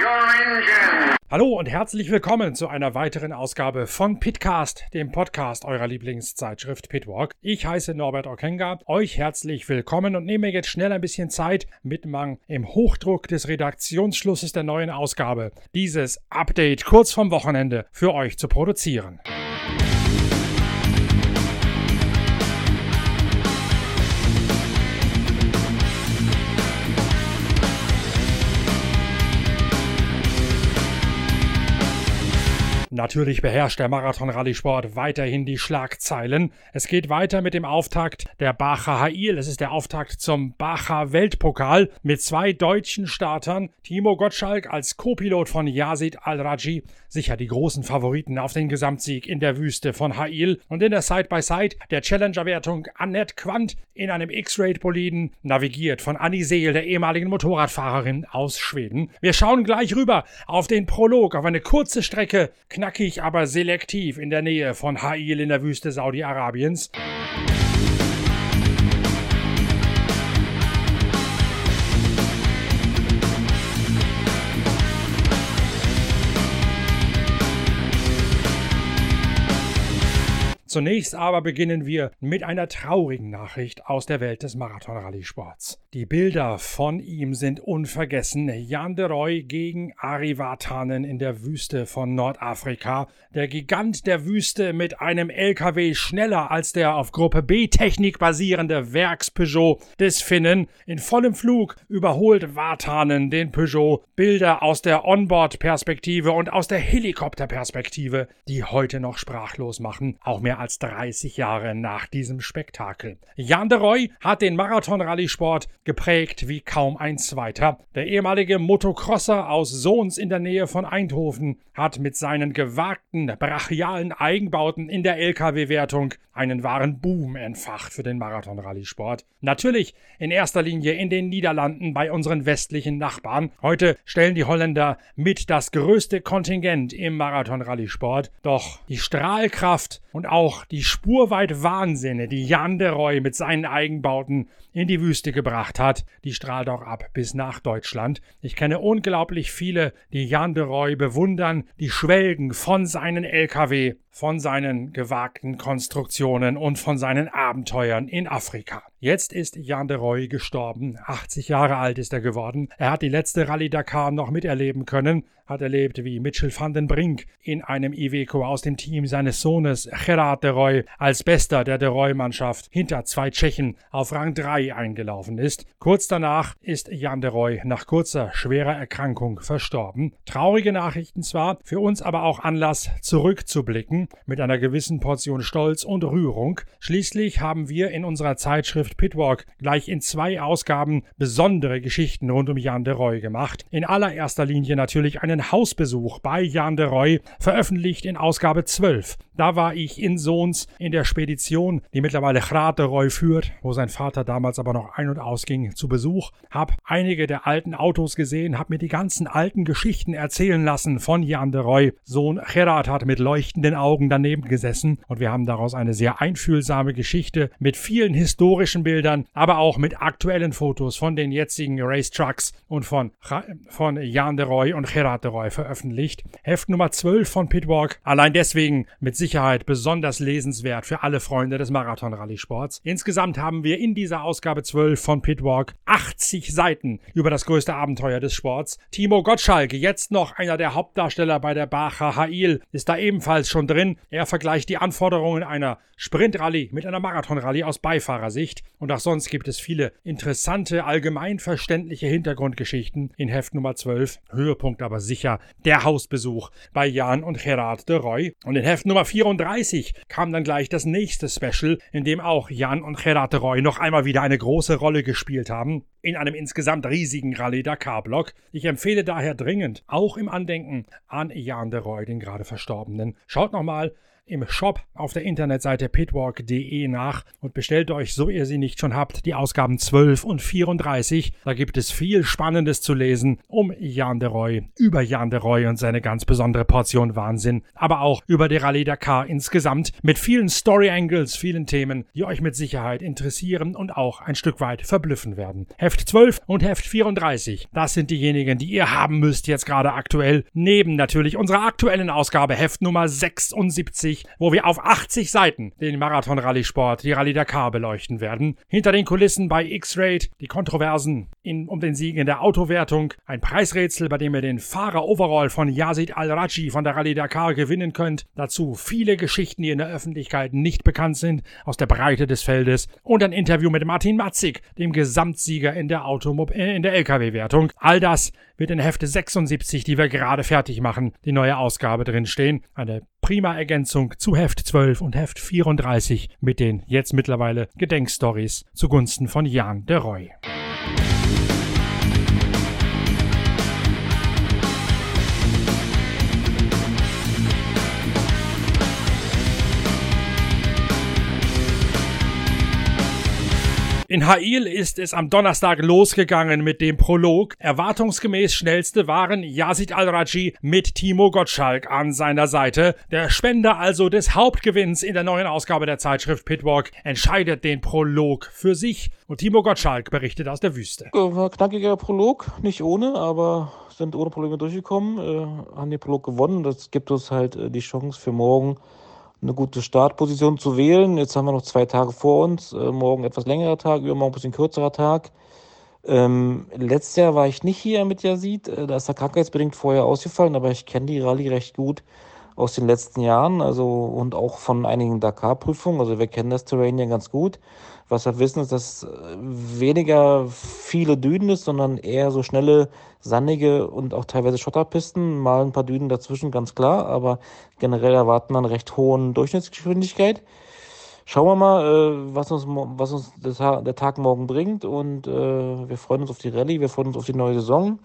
your engine. Hallo und herzlich willkommen zu einer weiteren Ausgabe von Pitcast, dem Podcast eurer Lieblingszeitschrift Pitwalk. Ich heiße Norbert Okenga, euch herzlich willkommen und nehme jetzt schnell ein bisschen Zeit, mitten im Hochdruck des Redaktionsschlusses der neuen Ausgabe, dieses Update kurz vorm Wochenende für euch zu produzieren. Natürlich beherrscht der Marathon-Rallye-Sport weiterhin die Schlagzeilen. Es geht weiter mit dem Auftakt der Baja Hail. Es ist der Auftakt zum Baja-Weltpokal mit zwei deutschen Startern. Timo Gottschalk als Co-Pilot von Yazid Al-Rajhi. Sicher die großen Favoriten auf den Gesamtsieg in der Wüste von Hail. Und in der Side-by-Side der Challenger-Wertung Annette Quandt in einem X-Raid-Boliden, navigiert von Annie Seel, der ehemaligen Motorradfahrerin aus Schweden. Wir schauen gleich rüber auf den Prolog, auf eine kurze Strecke, knackig, aber selektiv in der Nähe von Hail in der Wüste Saudi-Arabiens. Zunächst aber beginnen wir mit einer traurigen Nachricht aus der Welt des Marathon-Rallye-Sports. Die Bilder von ihm sind unvergessen. Jan de Rooij gegen Ari Vatanen in der Wüste von Nordafrika. Der Gigant der Wüste mit einem LKW schneller als der auf Gruppe B-Technik basierende Werks-Peugeot des Finnen. In vollem Flug überholt Vatanen den Peugeot. Bilder aus der Onboard-Perspektive und aus der Helikopterperspektive, die heute noch sprachlos machen. Auch mehr als 30 Jahre nach diesem Spektakel. Jan de Rooij hat den Marathon-Rallye-Sport geprägt wie kaum ein zweiter. Der ehemalige Motocrosser aus Sohns in der Nähe von Eindhoven hat mit seinen gewagten, brachialen Eigenbauten in der LKW-Wertung einen wahren Boom entfacht für den Marathon-Rallye-Sport. Natürlich in erster Linie in den Niederlanden bei unseren westlichen Nachbarn. Heute stellen die Holländer mit das größte Kontingent im Marathon-Rallye-Sport. Doch die Strahlkraft und auch die spurweit Wahnsinne, die Jan de Rooij mit seinen Eigenbauten in die Wüste gebracht hat, die strahlt auch ab bis nach Deutschland. Ich kenne unglaublich viele, die Jan de Rooij bewundern, die schwelgen von seinen LKW, von seinen gewagten Konstruktionen und von seinen Abenteuern in Afrika. Jetzt ist Jan de Rooij gestorben. 80 Jahre alt ist er geworden. Er hat die letzte Rallye Dakar noch miterleben können, hat erlebt, wie Mitchell van den Brink in einem Iveco aus dem Team seines Sohnes Gerard de Rooij als Bester der de Rooij-Mannschaft hinter zwei Tschechen auf Rang 3 eingelaufen ist. Kurz danach ist Jan de Rooij nach kurzer, schwerer Erkrankung verstorben. Traurige Nachrichten zwar, für uns aber auch Anlass, zurückzublicken, mit einer gewissen Portion Stolz und Rührung. Schließlich haben wir in unserer Zeitschrift Pitwalk gleich in 2 Ausgaben besondere Geschichten rund um Jan de Rooij gemacht. In allererster Linie natürlich einen Hausbesuch bei Jan de Rooij, veröffentlicht in Ausgabe 12. Da war ich in Sohns in der Spedition, die mittlerweile Gerard de Rooij führt, wo sein Vater damals aber noch ein- und ausging, zu Besuch. Hab einige der alten Autos gesehen, hab mir die ganzen alten Geschichten erzählen lassen von Jan de Rooij. Sohn Gerard hat mit leuchtenden Augen daneben gesessen und wir haben daraus eine sehr einfühlsame Geschichte mit vielen historischen Bildern, aber auch mit aktuellen Fotos von den jetzigen Racetrucks und von Jan de Rooij und Gerard de Rooij veröffentlicht. Heft Nummer 12 von Pitwalk, allein deswegen mit Sicherheit besonders lesenswert für alle Freunde des Marathon-Rallye-Sports. Insgesamt haben wir in dieser Ausgabe 12 von Pitwalk 80 Seiten über das größte Abenteuer des Sports. Timo Gottschalk, jetzt noch einer der Hauptdarsteller bei der Baja Hail, ist da ebenfalls schon drin. Er vergleicht die Anforderungen einer Sprintrallye mit einer Marathonrallye aus Beifahrersicht. Und auch sonst gibt es viele interessante, allgemeinverständliche Hintergrundgeschichten in Heft Nummer 12. Höhepunkt aber sicher der Hausbesuch bei Jan und Gerard de Rooij. Und in Heft Nummer 34 kam dann gleich das nächste Special, in dem auch Jan und Gerard de Rooij noch einmal wieder eine große Rolle gespielt haben. In einem insgesamt riesigen Rallye-Dakar-Block. Ich empfehle daher dringend, auch im Andenken an Jan de Rooij, den gerade Verstorbenen, schaut nochmal im Shop auf der Internetseite pitwalk.de nach und bestellt euch, so ihr sie nicht schon habt, die Ausgaben 12 und 34. Da gibt es viel Spannendes zu lesen um Jan de Rooij, über Jan de Rooij und seine ganz besondere Portion Wahnsinn, aber auch über die Rallye Dakar insgesamt mit vielen Story-Angles, vielen Themen, die euch mit Sicherheit interessieren und auch ein Stück weit verblüffen werden. Heft 12 und Heft 34, das sind diejenigen, die ihr haben müsst jetzt gerade aktuell, neben natürlich unserer aktuellen Ausgabe Heft Nummer 76, wo wir auf 80 Seiten den Marathon-Rallye-Sport, die Rallye Dakar beleuchten werden. Hinter den Kulissen bei X-Raid, die Kontroversen um den Sieg in der Autowertung, ein Preisrätsel, bei dem ihr den Fahrer-Overall von Yazid Al-Rajhi von der Rallye Dakar gewinnen könnt. Dazu viele Geschichten, die in der Öffentlichkeit nicht bekannt sind, aus der Breite des Feldes und ein Interview mit Martin Matzig, dem Gesamtsieger in der LKW-Wertung. All das wird in Hefte 76, die wir gerade fertig machen, die neue Ausgabe drinstehen. Eine prima Ergänzung zu Heft 12 und Heft 34 mit den jetzt mittlerweile Gedenkstories zugunsten von Jan de Rooij. In Ha'il ist es am Donnerstag losgegangen mit dem Prolog. Erwartungsgemäß schnellste waren Yazid Al-Rajhi mit Timo Gottschalk an seiner Seite. Der Spender also des Hauptgewinns in der neuen Ausgabe der Zeitschrift Pitwalk entscheidet den Prolog für sich. Und Timo Gottschalk berichtet aus der Wüste. War knackiger Prolog, nicht ohne, aber sind ohne Probleme durchgekommen, haben den Prolog gewonnen. Das gibt uns halt die Chance für morgen eine gute Startposition zu wählen. Jetzt haben wir noch 2 Tage vor uns. Morgen etwas längerer Tag, übermorgen ein bisschen kürzerer Tag. Letztes Jahr war ich nicht hier mit Yazid. Da ist er krankheitsbedingt vorher ausgefallen, aber ich kenne die Rallye recht gut aus den letzten Jahren, und auch von einigen Dakar-Prüfungen. Also wir kennen das Terrain ja ganz gut. Was wir wissen, ist, dass weniger viele Dünen ist, sondern eher so schnelle, sandige und auch teilweise Schotterpisten. Mal ein paar Dünen dazwischen, ganz klar, aber generell erwarten wir eine recht hohe Durchschnittsgeschwindigkeit. Schauen wir mal, was uns der Tag morgen bringt, und wir freuen uns auf die Rallye, wir freuen uns auf die neue Saison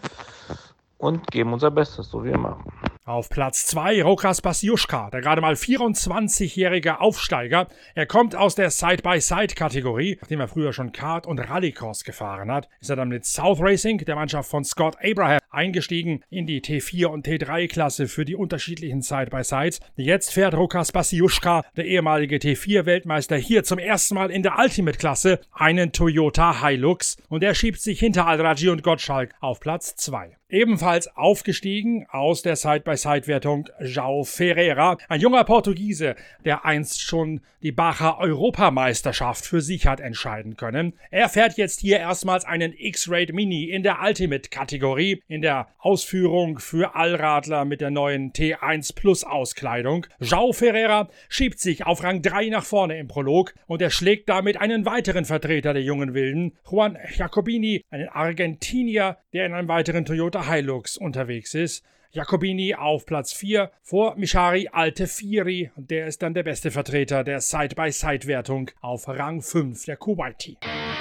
und geben unser Bestes, so wie immer. Auf Platz 2 Rokas Basjuschka, der gerade mal 24-jährige Aufsteiger. Er kommt aus der Side-by-Side-Kategorie. Nachdem er früher schon Kart- und Rallycross gefahren hat, ist er dann mit South Racing, der Mannschaft von Scott Abraham, eingestiegen in die T4 und T3-Klasse für die unterschiedlichen Side-by-Sides. Jetzt fährt Rokas Basjuschka, der ehemalige T4-Weltmeister, hier zum ersten Mal in der Ultimate-Klasse einen Toyota Hilux, und er schiebt sich hinter Al-Rajhi und Gottschalk auf Platz 2. Ebenfalls aufgestiegen aus der Side-by-Side-Wertung João Ferreira, ein junger Portugiese, der einst schon die Baja Europameisterschaft für sich hat entscheiden können. Er fährt jetzt hier erstmals einen X-Raid Mini in der Ultimate-Kategorie, in der Ausführung für Allradler mit der neuen T1 Plus Auskleidung. João Ferreira schiebt sich auf Rang 3 nach vorne im Prolog, und er schlägt damit einen weiteren Vertreter der jungen Wilden, Juan Jacobini, einen Argentinier, der in einem weiteren Toyota Hilux unterwegs ist. Jacobini auf Platz 4 vor Mishari Altefieri. Der ist dann der beste Vertreter der Side-by-Side-Wertung auf Rang 5 der Kuwaiti.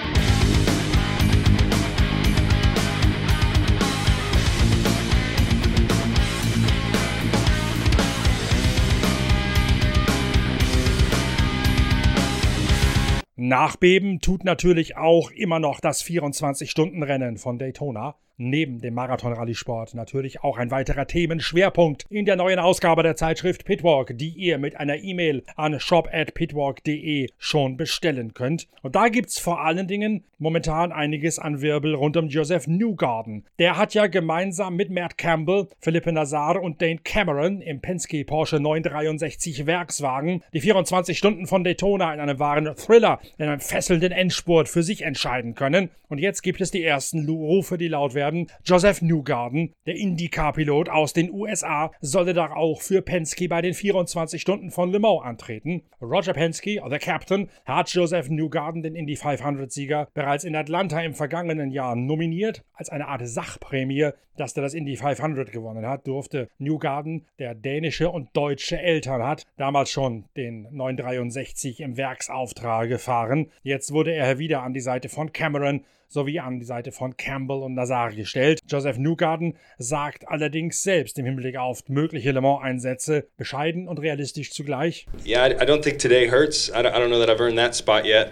Nachbeben tut natürlich auch immer noch das 24-Stunden-Rennen von Daytona. Neben dem Marathon-Rallye-Sport natürlich auch ein weiterer Themenschwerpunkt in der neuen Ausgabe der Zeitschrift Pitwalk, die ihr mit einer E-Mail an shop@pitwalk.de schon bestellen könnt. Und da gibt's vor allen Dingen momentan einiges an Wirbel rund um Joseph Newgarden. Der hat ja gemeinsam mit Matt Campbell, Philippe Nazar und Dane Cameron im Penske Porsche 963 Werkswagen die 24 Stunden von Daytona in einem wahren Thriller, in einem fesselnden Endspurt für sich entscheiden können. Und jetzt gibt es die ersten Rufe, die laut werden. Joseph Newgarden, der IndyCar-Pilot aus den USA, solle da auch für Penske bei den 24 Stunden von Le Mans antreten. Roger Penske, the Captain, hat Joseph Newgarden, den Indy 500-Sieger, bereits in Atlanta im vergangenen Jahr nominiert. Als eine Art Sachprämie, dass er das Indy 500 gewonnen hat, durfte Newgarden, der dänische und deutsche Eltern hat, damals schon den 963 im Werksauftrag fahren. Jetzt wurde er wieder an die Seite von Cameron, sowie an die Seite von Campbell und Nazar gestellt. Joseph Newgarden sagt allerdings selbst im Hinblick auf mögliche Le Mans-Einsätze bescheiden und realistisch zugleich. Yeah, I don't think today hurts. I don't know that I've earned that spot yet,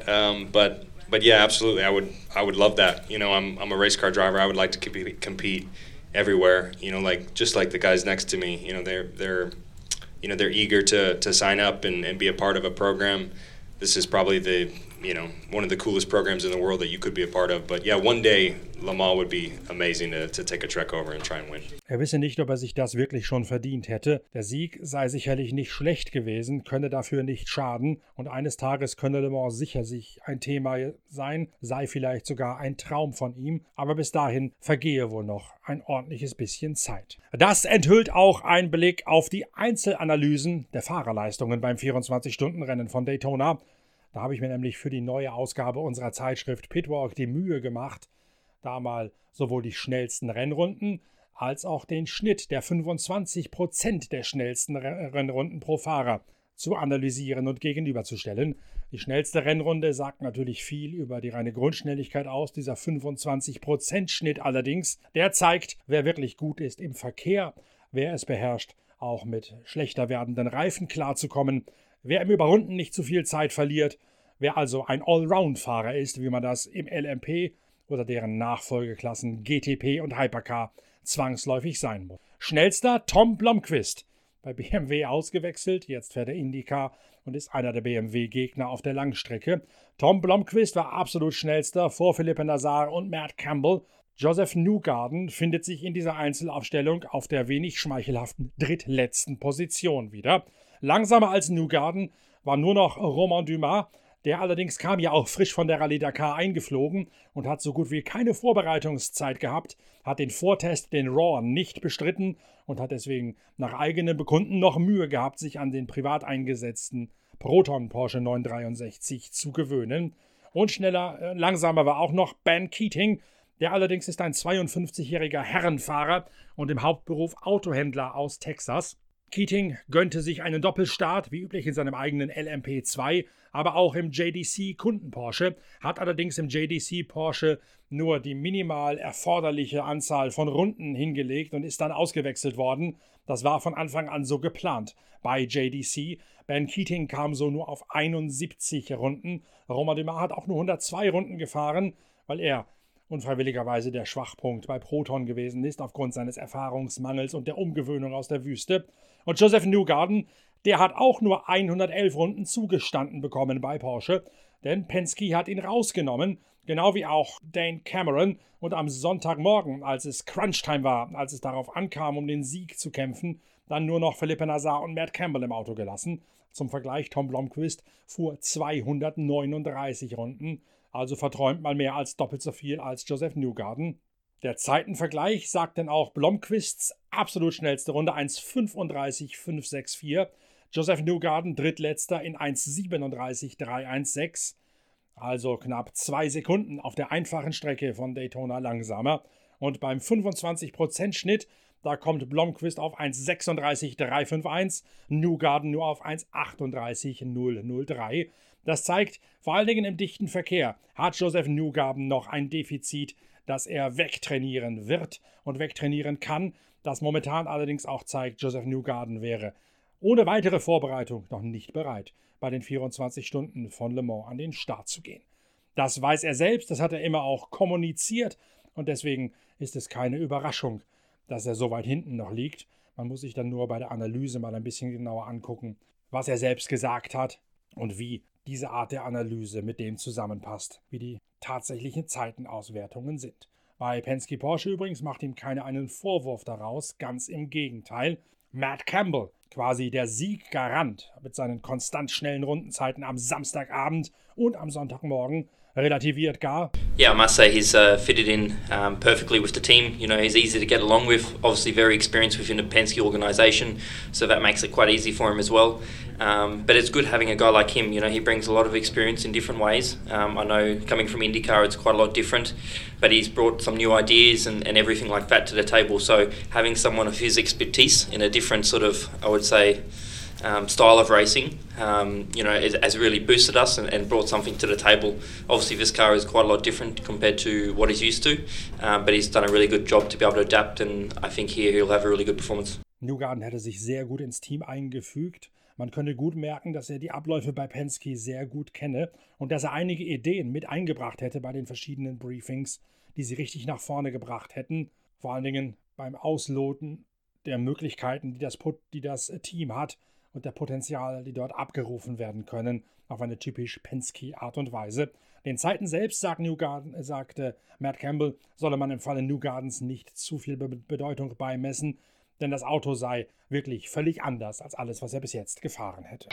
but yeah, absolutely, I would love that. You know, I'm a race car driver. I would like to compete everywhere. You know, just like the guys next to me. You know, they're eager to sign up and be a part of a program. This is probably one of the coolest programs in the world that you could be a part of. But yeah, one day Le Mans would be amazing to take a trek over and try and win. Er wisse nicht, ob er sich das wirklich schon verdient hätte. Der Sieg sei sicherlich nicht schlecht gewesen, könne dafür nicht schaden. Und eines Tages könne Le Mans sicher sich ein Thema sein, sei vielleicht sogar ein Traum von ihm. Aber bis dahin vergehe wohl noch ein ordentliches bisschen Zeit. Das enthüllt auch einen Blick auf die Einzelanalysen der Fahrerleistungen beim 24-Stunden-Rennen von Daytona. Da habe ich mir nämlich für die neue Ausgabe unserer Zeitschrift Pitwalk die Mühe gemacht, da mal sowohl die schnellsten Rennrunden als auch den Schnitt der 25% der schnellsten Rennrunden pro Fahrer zu analysieren und gegenüberzustellen. Die schnellste Rennrunde sagt natürlich viel über die reine Grundschnelligkeit aus. Dieser 25% Schnitt allerdings, der zeigt, wer wirklich gut ist im Verkehr, wer es beherrscht, auch mit schlechter werdenden Reifen klarzukommen, wer im Überrunden nicht zu viel Zeit verliert, wer also ein Allround-Fahrer ist, wie man das im LMP oder deren Nachfolgeklassen GTP und Hypercar zwangsläufig sein muss. Schnellster Tom Blomqvist, bei BMW ausgewechselt, jetzt fährt er IndyCar und ist einer der BMW-Gegner auf der Langstrecke. Tom Blomqvist war absolut schnellster vor Felipe Nazar und Matt Campbell. Joseph Newgarden findet sich in dieser Einzelaufstellung auf der wenig schmeichelhaften drittletzten Position wieder. Langsamer als Newgarden war nur noch Romain Dumas, der allerdings kam ja auch frisch von der Rallye Dakar eingeflogen und hat so gut wie keine Vorbereitungszeit gehabt, hat den Vortest, den Raw, nicht bestritten und hat deswegen nach eigenem Bekunden noch Mühe gehabt, sich an den privat eingesetzten Proton Porsche 963 zu gewöhnen. Und langsamer war auch noch Ben Keating, der allerdings ist ein 52-jähriger Herrenfahrer und im Hauptberuf Autohändler aus Texas. Keating gönnte sich einen Doppelstart, wie üblich in seinem eigenen LMP2, aber auch im JDC Kunden-Porsche, hat allerdings im JDC Porsche nur die minimal erforderliche Anzahl von Runden hingelegt und ist dann ausgewechselt worden. Das war von Anfang an so geplant bei JDC. Ben Keating kam so nur auf 71 Runden. Romain Dumas hat auch nur 102 Runden gefahren, weil er unfreiwilligerweise der Schwachpunkt bei Proton gewesen ist, aufgrund seines Erfahrungsmangels und der Umgewöhnung aus der Wüste. Und Joseph Newgarden, der hat auch nur 111 Runden zugestanden bekommen bei Porsche, denn Penske hat ihn rausgenommen, genau wie auch Dane Cameron. Und am Sonntagmorgen, als es Crunchtime war, als es darauf ankam, um den Sieg zu kämpfen, dann nur noch Felipe Nazar und Matt Campbell im Auto gelassen. Zum Vergleich, Tom Blomqvist fuhr 239 Runden, also verträumt mal mehr als doppelt so viel als Joseph Newgarden. Der Zeitenvergleich sagt denn auch Blomqvists absolut schnellste Runde 1,35,564. Joseph Newgarden drittletzter in 1,37,316. Also knapp 2 Sekunden auf der einfachen Strecke von Daytona langsamer. Und beim 25% Schnitt, da kommt Blomqvist auf 1,36,351, Newgarden nur auf 1,38,003. Das zeigt, vor allen Dingen im dichten Verkehr hat Joseph Newgarden noch ein Defizit, das er wegtrainieren wird und wegtrainieren kann, das momentan allerdings auch zeigt, Joseph Newgarden wäre ohne weitere Vorbereitung noch nicht bereit, bei den 24 Stunden von Le Mans an den Start zu gehen. Das weiß er selbst, das hat er immer auch kommuniziert und deswegen ist es keine Überraschung, dass er so weit hinten noch liegt. Man muss sich dann nur bei der Analyse mal ein bisschen genauer angucken, was er selbst gesagt hat und wie diese Art der Analyse mit dem zusammenpasst, wie die tatsächlichen Zeitenauswertungen sind. Bei Penske Porsche übrigens macht ihm keiner einen Vorwurf daraus, ganz im Gegenteil. Matt Campbell, quasi der Sieggarant mit seinen konstant schnellen Rundenzeiten am Samstagabend und am Sonntagmorgen, relativiert gar. Yeah, I must say he's fitted in perfectly with the team. You know, he's easy to get along with, obviously very experienced within the Penske organisation, so that makes it quite easy for him as well. But it's good having a guy like him. You know, he brings a lot of experience in different ways. I know coming from IndyCar it's quite a lot different, but he's brought some new ideas and everything like that to the table. So having someone of his expertise in a different sort of, I would say, style of racing, has really boosted us and brought something to the table. Obviously, this car is quite a lot different compared to what he's used to, but he's done a really good job to be able to adapt, and I think here he'll have a really good performance. Newgarden hätte sich sehr gut ins Team eingefügt. Man könne gut merken, dass er die Abläufe bei Penske sehr gut kenne und dass er einige Ideen mit eingebracht hätte bei den verschiedenen Briefings, die sie richtig nach vorne gebracht hätten. Vor allen Dingen beim Ausloten der Möglichkeiten, die das Team hat und der Potenziale, die dort abgerufen werden können, auf eine typisch Penske-Art und Weise. Den Zeiten selbst, sagte Matt Campbell, solle man im Falle Newgardens nicht zu viel Bedeutung beimessen, denn das Auto sei wirklich völlig anders als alles, was er bis jetzt gefahren hätte.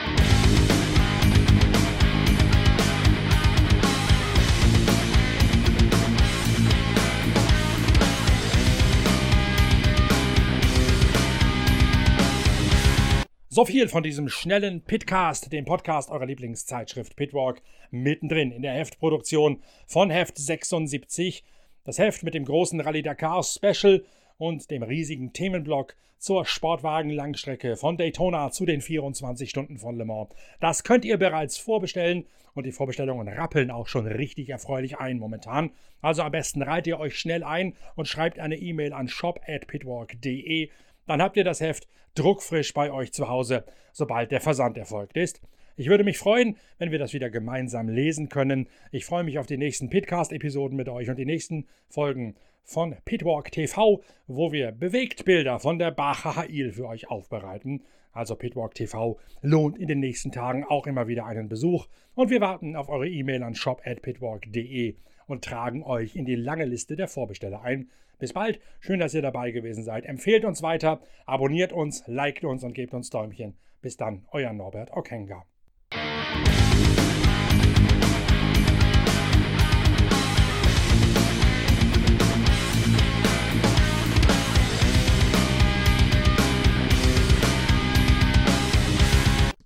So viel von diesem schnellen Pitcast, dem Podcast eurer Lieblingszeitschrift Pitwalk, mittendrin in der Heftproduktion von Heft 76. Das Heft mit dem großen Rallye Dakar Special und dem riesigen Themenblock zur Sportwagen-Langstrecke von Daytona zu den 24 Stunden von Le Mans. Das könnt ihr bereits vorbestellen und die Vorbestellungen rappeln auch schon richtig erfreulich ein momentan. Also am besten reiht ihr euch schnell ein und schreibt eine E-Mail an shop@pitwalk.de. Dann habt ihr das Heft druckfrisch bei euch zu Hause, sobald der Versand erfolgt ist. Ich würde mich freuen, wenn wir das wieder gemeinsam lesen können. Ich freue mich auf die nächsten Pitcast-Episoden mit euch und die nächsten Folgen von Pitwalk TV, wo wir Bewegtbilder von der Baja Hail für euch aufbereiten. Also Pitwalk TV lohnt in den nächsten Tagen auch immer wieder einen Besuch. Und wir warten auf eure E-Mail an shop@pitwalk.de und tragen euch in die lange Liste der Vorbesteller ein. Bis bald, schön, dass ihr dabei gewesen seid. Empfehlt uns weiter, abonniert uns, liked uns und gebt uns Däumchen. Bis dann, euer Norbert Okenga.